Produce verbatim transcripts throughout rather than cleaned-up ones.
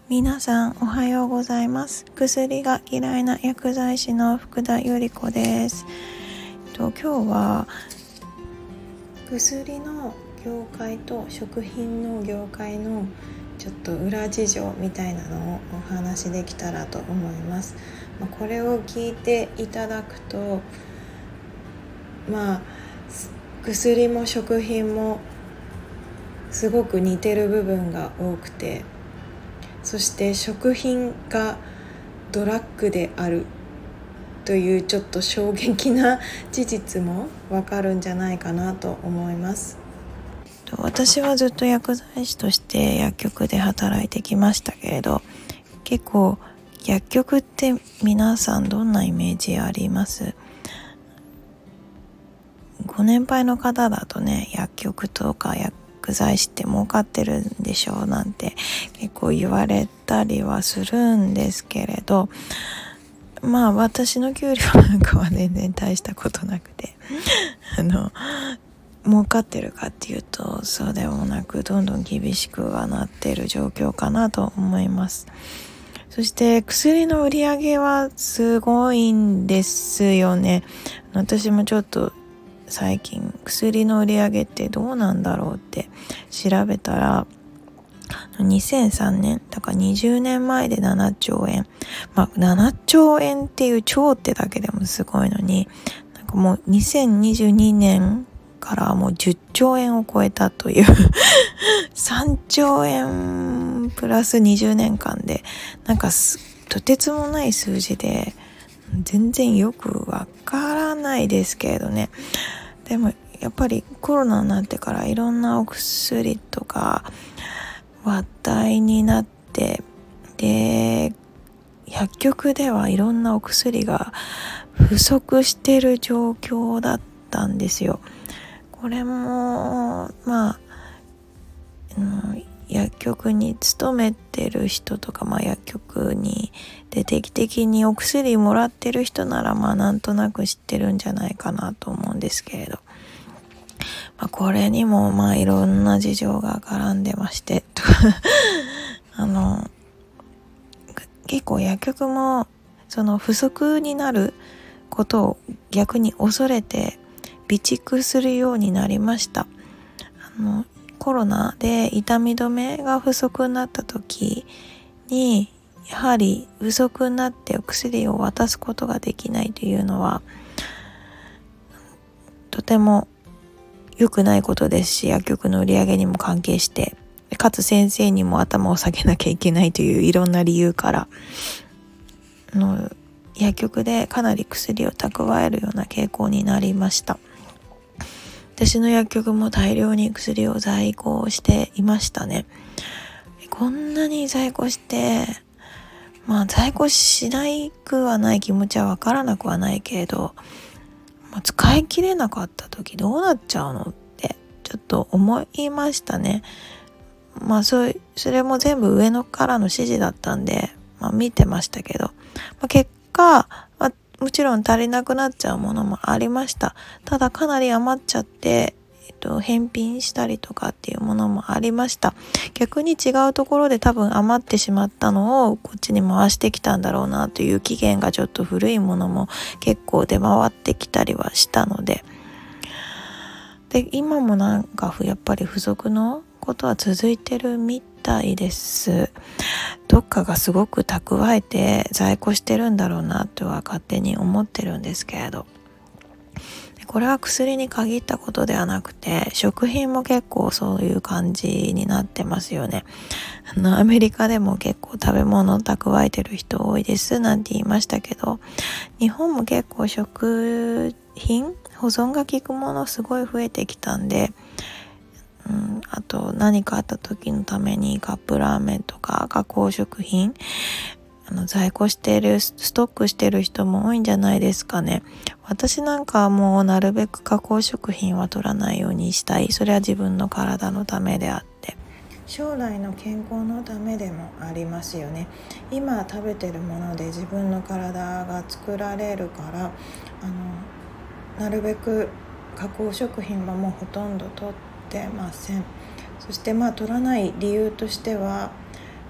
皆さんおはようございます。薬が嫌いな薬剤師の福田由里子です。と今日は薬の業界と食品の業界のちょっと裏事情みたいなのをお話しできたらと思います。まあ、これを聞いていただくと、まあ薬も食品もすごく似てる部分が多くて、そして食品がドラッグであるというちょっと衝撃な事実もわかるんじゃないかなと思います。私はずっと薬剤師として薬局で働いてきましたけれど、結構薬局って皆さんどんなイメージあります？ご年配の方だとね、薬局とか薬剤師って儲かってるんでしょうなんて結構言われたりはするんですけれど、まあ私の給料なんかは全然大したことなくてあの儲かってるかっていうとそうでもなく、どんどん厳しくはなっている状況かなと思います。そして薬の売り上げはすごいんですよね。私もちょっと最近薬の売り上げってどうなんだろうって調べたら、にせんさんねんだからにじゅうねんまえでななちょうえん、まあななちょうえんっていう超ってだけでもすごいのに、なんかもうにせんにじゅうにねんからもうじゅっちょうえんを超えたというさんちょうえんプラスにじゅうねんかんで、なんかとてつもない数字で全然よくわからないですけれどね。でもやっぱりコロナになってからいろんなお薬とか話題になって、で薬局ではいろんなお薬が不足してる状況だったんですよ。これもまあ、うん、薬局に勤めてる人とか、まあ、薬局にで定期的にお薬もらってる人ならまあなんとなく知ってるんじゃないかなと思うんですけれど、まあ、これにもまあいろんな事情が絡んでましてあの結構薬局もその不足になることを逆に恐れて備蓄するようになりました。あのコロナで痛み止めが不足になった時にやはり不足になってお薬を渡すことができないというのはとても良くないことですし、薬局の売り上げにも関係して、かつ先生にも頭を下げなきゃいけないといういろんな理由からの薬局でかなり薬を蓄えるような傾向になりました。私の薬局も大量に薬を在庫していましたね。こんなに在庫してまあ在庫しないくはない気持ちはわからなくはないけれど、まあ、使い切れなかった時どうなっちゃうのってちょっと思いましたね。まあそうそれも全部上のからの指示だったんで、まあ、見てましたけど、まあ、結果、まあ、もちろん足りなくなっちゃうものもありました。ただかなり余っちゃって、えっと、返品したりとかっていうものもありました。逆に違うところで多分余ってしまったのをこっちに回してきたんだろうなという期限がちょっと古いものも結構出回ってきたりはしたので、で今もなんかやっぱり不足のことは続いてるみたいです。どっかがすごく蓄えて在庫してるんだろうなとは勝手に思ってるんですけれど、これは薬に限ったことではなくて食品も結構そういう感じになってますよね。あのアメリカでも結構食べ物を蓄えてる人多いですなんて言いましたけど、日本も結構食品保存が効くものすごい増えてきたんで、うん、あと何かあった時のためにカップラーメンとか加工食品あの在庫してるストックしてる人も多いんじゃないですかね。私なんかはもうなるべく加工食品は取らないようにしたい。それは自分の体のためであって将来の健康のためでもありますよね。今食べてるもので自分の体が作られるから、あのなるべく加工食品はもうほとんど取ってません。そしてまあ取らない理由としては、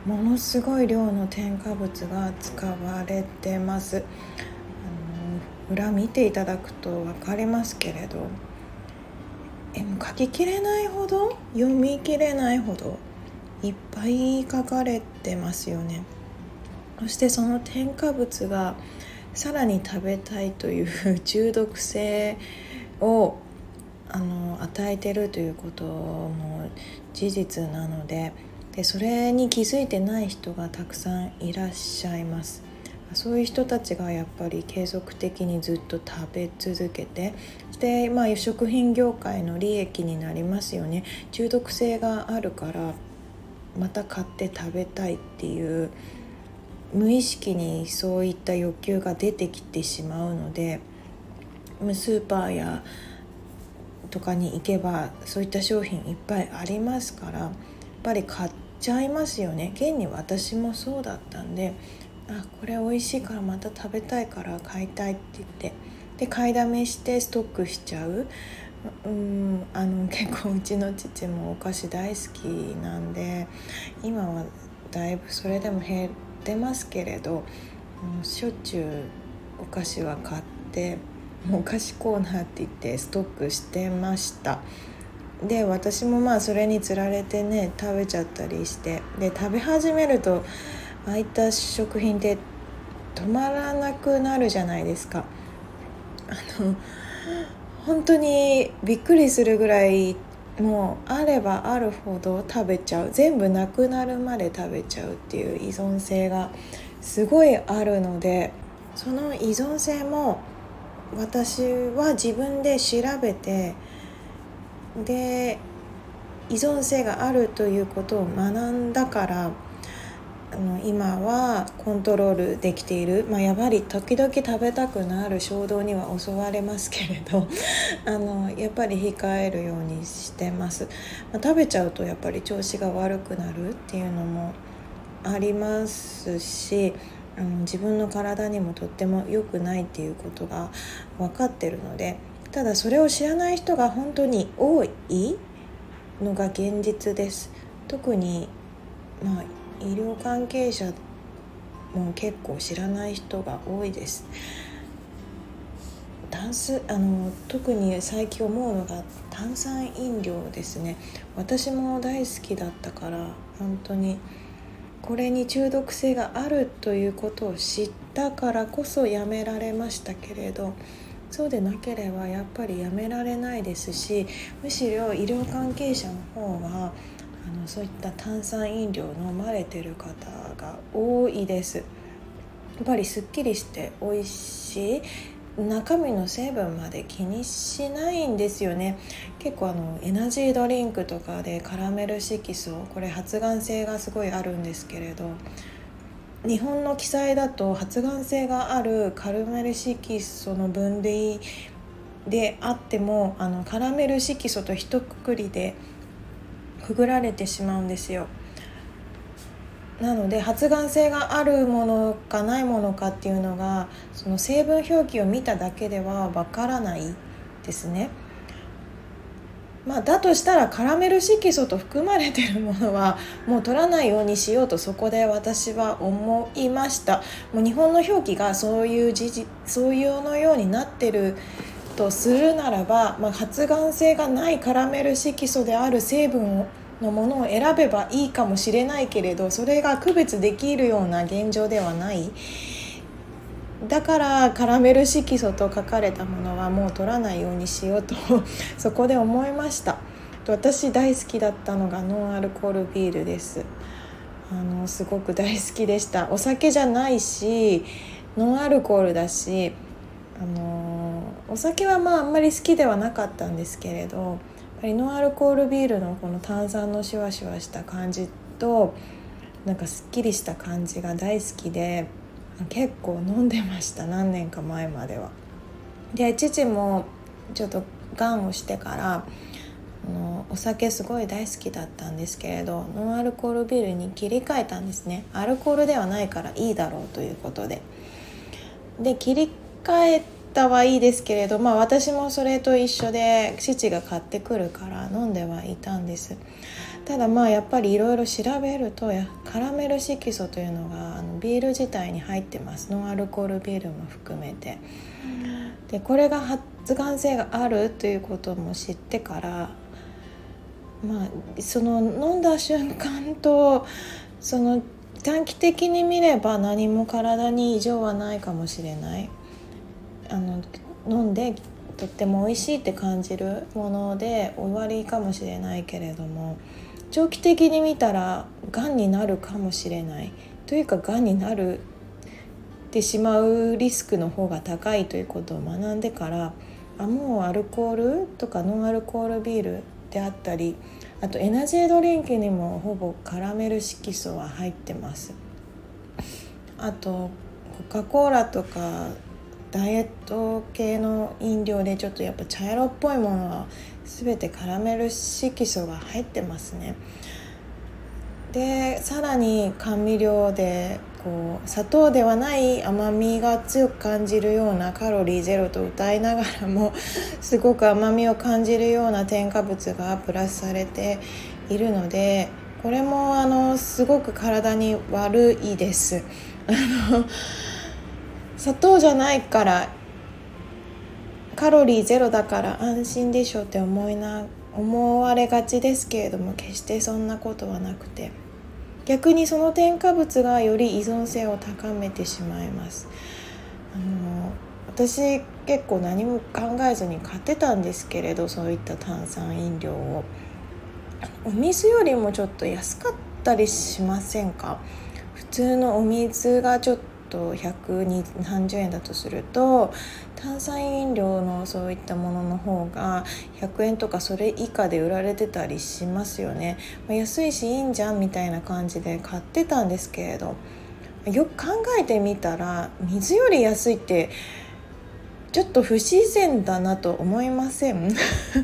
ものすごい量の添加物が使われてます。あの裏見ていただくと分かりますけれど、えもう書ききれないほど、読みきれないほどいっぱい書かれてますよね。そしてその添加物がさらに食べたいという中毒性をあの与えてるということも事実なので、でそれに気づいてない人がたくさんいらっしゃいます。そういう人たちがやっぱり継続的にずっと食べ続けて、で、まあ、食品業界の利益になりますよね。中毒性があるからまた買って食べたいっていう無意識にそういった欲求が出てきてしまうので、スーパーやとかに行けばそういった商品いっぱいありますから、やっぱり買っちゃいますよね。現に私もそうだったんで、あこれ美味しいからまた食べたいから買いたいって言ってで買いだめしてストックしちゃう。うんあの結構うちの父もお菓子大好きなんで、今はだいぶそれでも減ってますけれど、うん、しょっちゅうお菓子は買ってお菓子コーナーって言ってストックしてました。で私もまあそれにつられてね食べちゃったりして、で食べ始めるとああいった食品って止まらなくなるじゃないですか。あの本当にびっくりするぐらい、もうあればあるほど食べちゃう、全部なくなるまで食べちゃうっていう依存性がすごいあるので、その依存性も私は自分で調べて、で依存性があるということを学んだから、あの今はコントロールできている。まあ、やっぱり時々食べたくなる衝動には襲われますけれどあのやっぱり控えるようにしてます。まあ、食べちゃうとやっぱり調子が悪くなるっていうのもありますし、あの自分の体にもとっても良くないっていうことが分かってるので、ただそれを知らない人が本当に多いのが現実です。特にまあ医療関係者も結構知らない人が多いです。炭水あの特に最近思うのが炭酸飲料ですね。私も大好きだったから本当にこれに中毒性があるということを知ったからこそやめられましたけれど、そうでなければやっぱりやめられないですし、むしろ医療関係者の方はあのそういった炭酸飲料を飲まれてる方が多いです。やっぱりすっきりして美味しい、中身の成分まで気にしないんですよね。結構あのエナジードリンクとかでカラメル色素、これ発がん性がすごいあるんですけれど、日本の記載だと発がん性があるカラメル色素の分類であっても、あのカラメル色素と一括りでくぐられてしまうんですよ。なので発がん性があるものかないものかっていうのが、その成分表記を見ただけではわからないですね。まあ、だとしたらカラメル色素と含まれているものはもう取らないようにしようと、そこで私は思いました。もう日本の表記がそういう事実、そういうのようになってるとするならば、まあ、発がん性がないカラメル色素である成分をのものを選べばいいかもしれないけれど、それが区別できるような現状ではない。だからカラメル色素と書かれたものはもう取らないようにしようとそこで思いました。私大好きだったのがノンアルコールビールです。あのすごく大好きでした。お酒じゃないしノンアルコールだし、あのお酒はまああんまり好きではなかったんですけれど、やっぱりノンアルコールビールのこの炭酸のシュワシュワした感じとなんかすっきりした感じが大好きで、結構飲んでました。何年か前までは。で父もちょっとがんをしてからあのお酒すごい大好きだったんですけれど、ノンアルコールビールに切り替えたんですね。アルコールではないからいいだろうということでで切り替えたはいいですけれど、まあ私もそれと一緒で父が買ってくるから飲んではいたんです。ただまあやっぱりいろいろ調べるとカラメル色素というのがあのビール自体に入ってます。ノンアルコールビールも含めて。でこれが発がん性があるということも知ってから、まあその飲んだ瞬間とその短期的に見れば何も体に異常はないかもしれない。あの飲んでとっても美味しいって感じるもので終わりかもしれないけれども、長期的に見たらがんになるかもしれないというか、がんになるってしまうリスクの方が高いということを学んでから、あもうアルコールとかノンアルコールビールであったり、あとエナジードリンクにもほぼカラメル色素は入ってます。あとコカ・コーラとかダイエット系の飲料でちょっとやっぱ茶色っぽいものは全てカラメル色素が入ってますね。でさらに甘味料でこう砂糖ではない甘みが強く感じるような、カロリーゼロと歌いながらもすごく甘みを感じるような添加物がプラスされているので、これもあのすごく体に悪いです。あの砂糖じゃないからカロリーゼロだから安心でしょって思いな思われがちですけれども、決してそんなことはなくて、逆にその添加物がより依存性を高めてしまいます。あの私結構何も考えずに買ってたんですけれど、そういった炭酸飲料をお水よりもちょっと安かったりしませんか？普通のお水がちょっとひゃくさんじゅうえんだとすると、炭酸飲料のそういったものの方がひゃくえんとかそれ以下で売られてたりしますよね。まあ、安いしいいんじゃんみたいな感じで買ってたんですけれど、よく考えてみたら水より安いってちょっと不自然だなと思いません？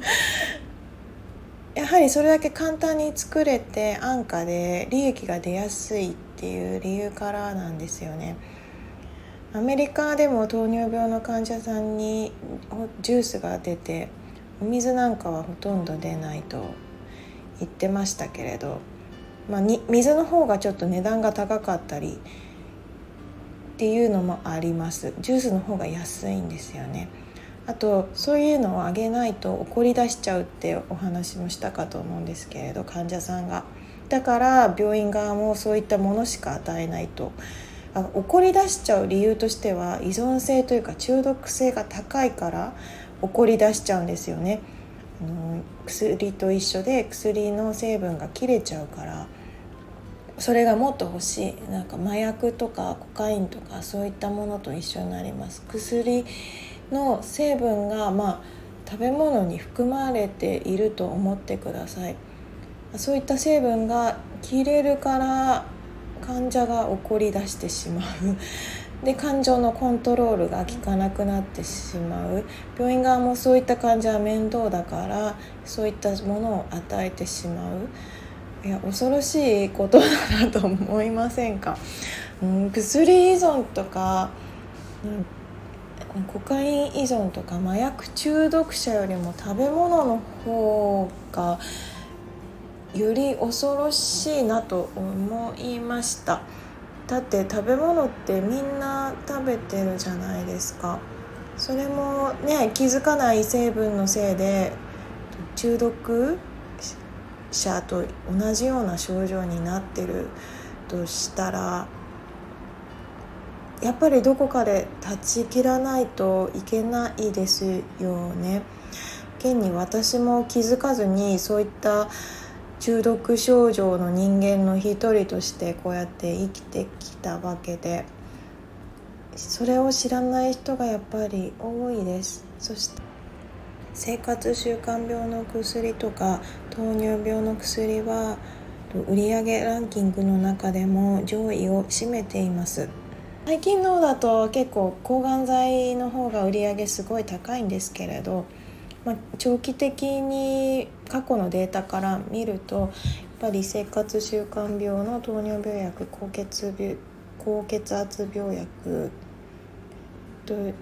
やはりそれだけ簡単に作れて安価で利益が出やすいっていう理由からなんですよね。アメリカでも糖尿病の患者さんにジュースが出て、お水なんかはほとんど出ないと言ってましたけれど、まあ、に水の方がちょっと値段が高かったりっていうのもあります。ジュースの方が安いんですよね。あとそういうのをあげないと怒り出しちゃうってお話もしたかと思うんですけれど、患者さんがだから病院側もそういったものしか与えないと、あ怒り出しちゃう理由としては依存性というか中毒性が高いから怒り出しちゃうんですよね。あの薬と一緒で薬の成分が切れちゃうから、それがもっと欲しい、なんか麻薬とかコカインとかそういったものと一緒になります。薬の成分が、まあ、食べ物に含まれていると思ってください。そういった成分が切れるから患者が怒り出してしまう。で感情のコントロールが効かなくなってしまう。病院側もそういった患者は面倒だからそういったものを与えてしまう。いや恐ろしいことだなと思いませんか？うん、薬依存とか、うん、コカイン依存とか麻薬中毒者よりも食べ物の方がより恐ろしいなと思いました。だって食べ物ってみんな食べてるじゃないですか。それもね、気づかない成分のせいで中毒者と同じような症状になってるとしたら、やっぱりどこかで断ち切らないといけないですよね。現に私も気づかずにそういった中毒症状の人間の一人としてこうやって生きてきたわけで、それを知らない人がやっぱり多いです。そして生活習慣病の薬とか糖尿病の薬は売上ランキングの中でも上位を占めています。最近のだと結構抗がん剤の方が売上すごい高いんですけれど、まあ、長期的に過去のデータから見るとやっぱり生活習慣病の糖尿病薬、高血病高血圧病薬といっ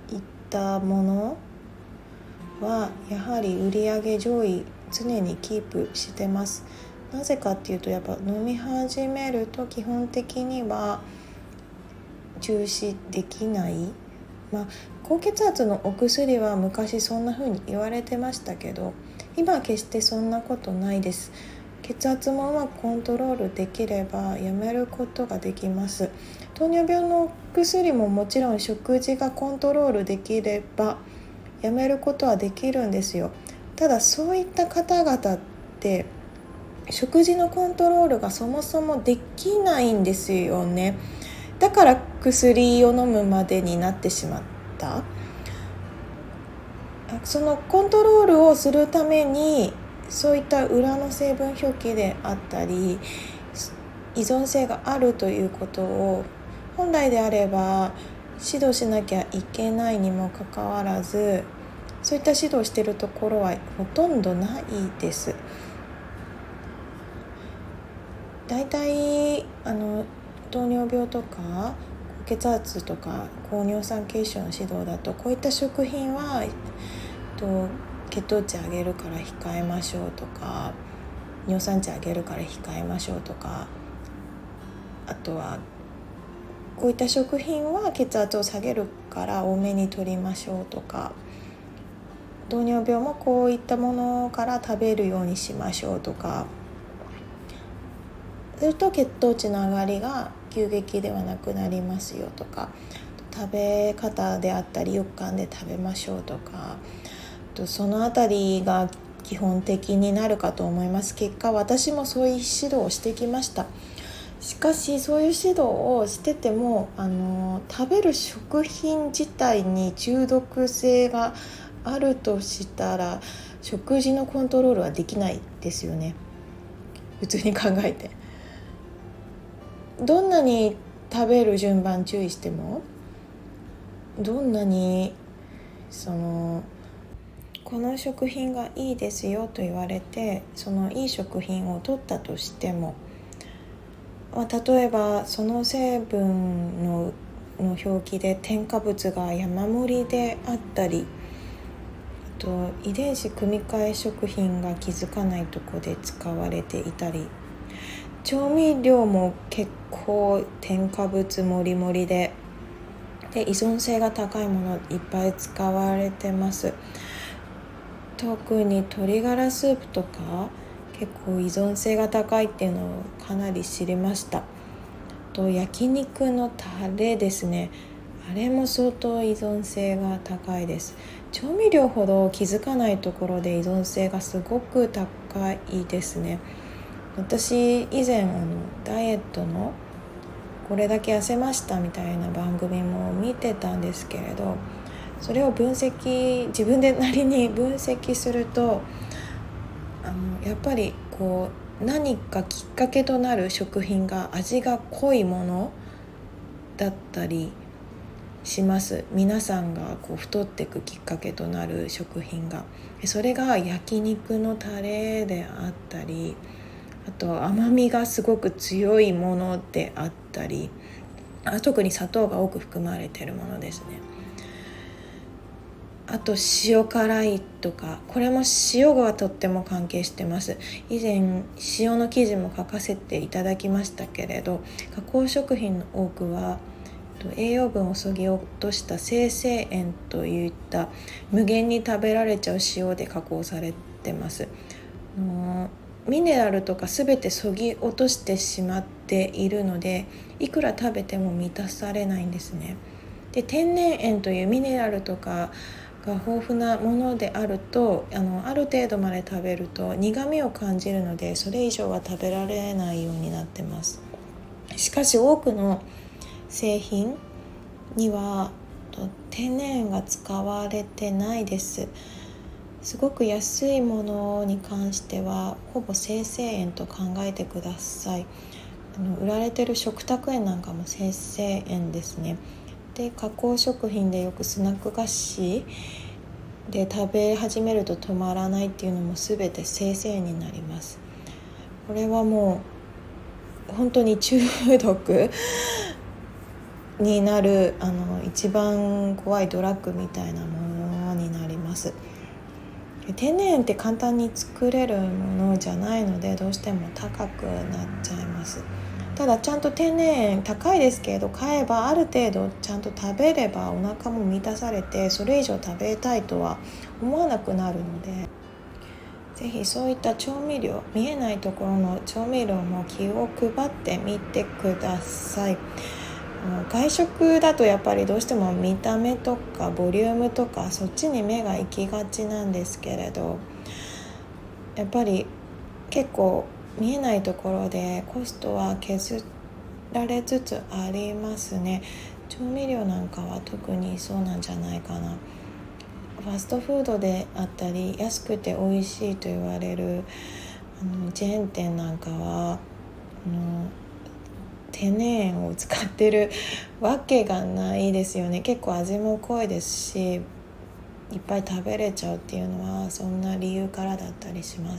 ったものはやはり売上上位常にキープしてます。なぜかっていうと、やっぱ飲み始めると基本的には中止できない。まあ高血圧のお薬は昔そんな風に言われてましたけど、今は決してそんなことないです。血圧もうまくコントロールできればやめることができます。糖尿病の薬ももちろん食事がコントロールできればやめることはできるんですよ。ただそういった方々って食事のコントロールがそもそもできないんですよね。だから薬を飲むまでになってしまった。そのコントロールをするためにそういった裏の成分表記であったり依存性があるということを本来であれば指導しなきゃいけないにもかかわらず、そういった指導をしているところはほとんどないです。だいたいあの糖尿病とか高血圧とか高尿酸血症の指導だと、こういった食品はと血糖値上げるから控えましょうとか、尿酸値上げるから控えましょうとか、あとはこういった食品は血圧を下げるから多めに摂りましょうとか、糖尿病もこういったものから食べるようにしましょうとか、すると血糖値の上がりが急激ではなくなりますよとか、食べ方であったりよく噛んで食べましょうとか、そのあたりが基本的になるかと思います。結果私もそういう指導をしてきました。しかしそういう指導をしててもあの食べる食品自体に中毒性があるとしたら食事のコントロールはできないですよね。普通に考えてどんなに食べる順番注意しても、どんなにそのこの食品がいいですよと言われてそのいい食品を取ったとしても、まあ、例えばその成分 の, の表記で添加物が山盛りであったり、あと遺伝子組み換え食品が気づかないところで使われていたり、調味料も結構添加物もりもりでで依存性が高いものいっぱい使われてます。特に鶏ガラスープとか結構依存性が高いっていうのをかなり知りました。と焼肉のタレですね、あれも相当依存性が高いです。調味料ほど気づかないところで依存性がすごく高いですね。私以前あのダイエットのこれだけ痩せましたみたいな番組も見てたんですけれど、それを分析自分でなりに分析するとあのやっぱりこう何かきっかけとなる食品が味が濃いものだったりします。皆さんがこう太っていくきっかけとなる食品が、それが焼肉のタレであったり、あと甘みがすごく強いものであったり、あ特に砂糖が多く含まれているものですね。あと塩辛いとか、これも塩がとっても関係してます。以前塩の記事も書かせていただきましたけれど、加工食品の多くは栄養分をそぎ落とした精製塩といった無限に食べられちゃう塩で加工されてます。ミネラルとかすべてそぎ落としてしまっているので、いくら食べても満たされないんですね。で天然塩というミネラルとかが豊富なものであると あの、ある程度まで食べると苦味を感じるので、それ以上は食べられないようになってます。しかし多くの製品には天然塩が使われてないです。すごく安いものに関してはほぼ精製塩と考えてください。あの売られてる食卓塩なんかも精製塩ですね。で加工食品でよくスナック菓子で食べ始めると止まらないっていうのも全て精製塩になります。これはもう本当に中毒になるあの一番怖いドラッグみたいなものになります。天然塩って簡単に作れるものじゃないのでどうしても高くなっちゃいます。ただちゃんと天然塩高いですけど買えばある程度ちゃんと食べればお腹も満たされてそれ以上食べたいとは思わなくなるので、ぜひそういった調味料、見えないところの調味料も気を配ってみてください。外食だとやっぱりどうしても見た目とかボリュームとかそっちに目が行きがちなんですけれど、やっぱり結構見えないところでコストは削られつつありますね。調味料なんかは特にそうなんじゃないかな。ファストフードであったり安くて美味しいと言われるあのチェーン店なんかはあの天然塩を使ってるわけがないですよね。結構味も濃いですしいっぱい食べれちゃうっていうのはそんな理由からだったりします。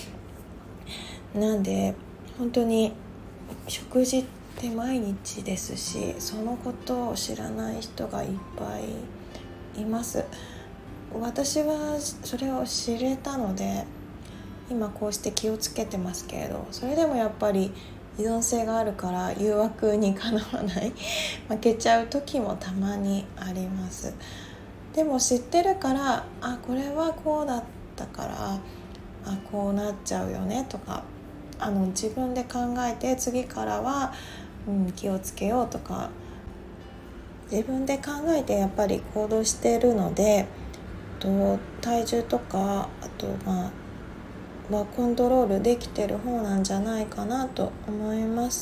なんで本当に食事って毎日ですし、そのことを知らない人がいっぱいいます。私はそれを知れたので今こうして気をつけてますけれど、それでもやっぱり依存性があるから誘惑にかなわない負けちゃう時もたまにあります。でも知ってるから、あ、これはこうだったからあこうなっちゃうよねとか、あの自分で考えて次からは、うん、気をつけようとか自分で考えてやっぱり行動しているので、と体重とかあとまあはコントロールできてる方なんじゃないかなと思います。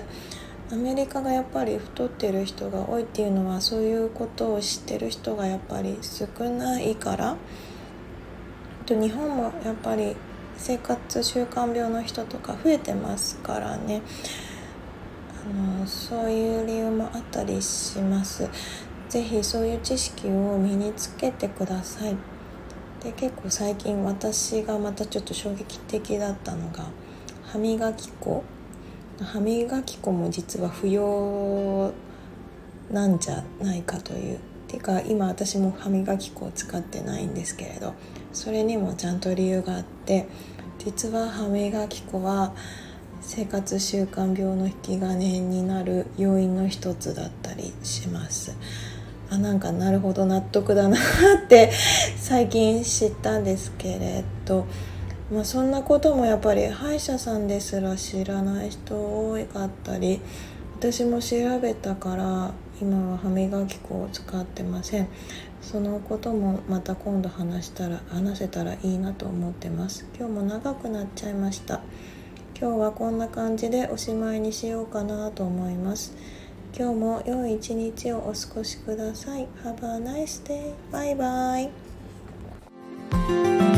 アメリカがやっぱり太ってる人が多いっていうのはそういうことを知ってる人がやっぱり少ないから。と日本もやっぱり生活習慣病の人とか増えてますからね、あのそういう理由もあったりします。ぜひそういう知識を身につけてください。で結構最近私がまたちょっと衝撃的だったのが歯磨き粉歯磨き粉も実は不要なんじゃないかというてか今私も歯磨き粉を使ってないんですけれど、それにもちゃんと理由があって、実は歯磨き粉は生活習慣病の引き金になる要因の一つだったりします。あ、なんかなるほど納得だなって最近知ったんですけれど、まあ、そんなこともやっぱり歯医者さんですら知らない人多かったり、私も調べたから今は歯磨き粉を使ってません。そのこともまた今度話したら話せたらいいなと思ってます。今日も長くなっちゃいました。今日はこんな感じでおしまいにしようかなと思います。今日も良い一日をお過ごしください。Have a nice day. バイバイ。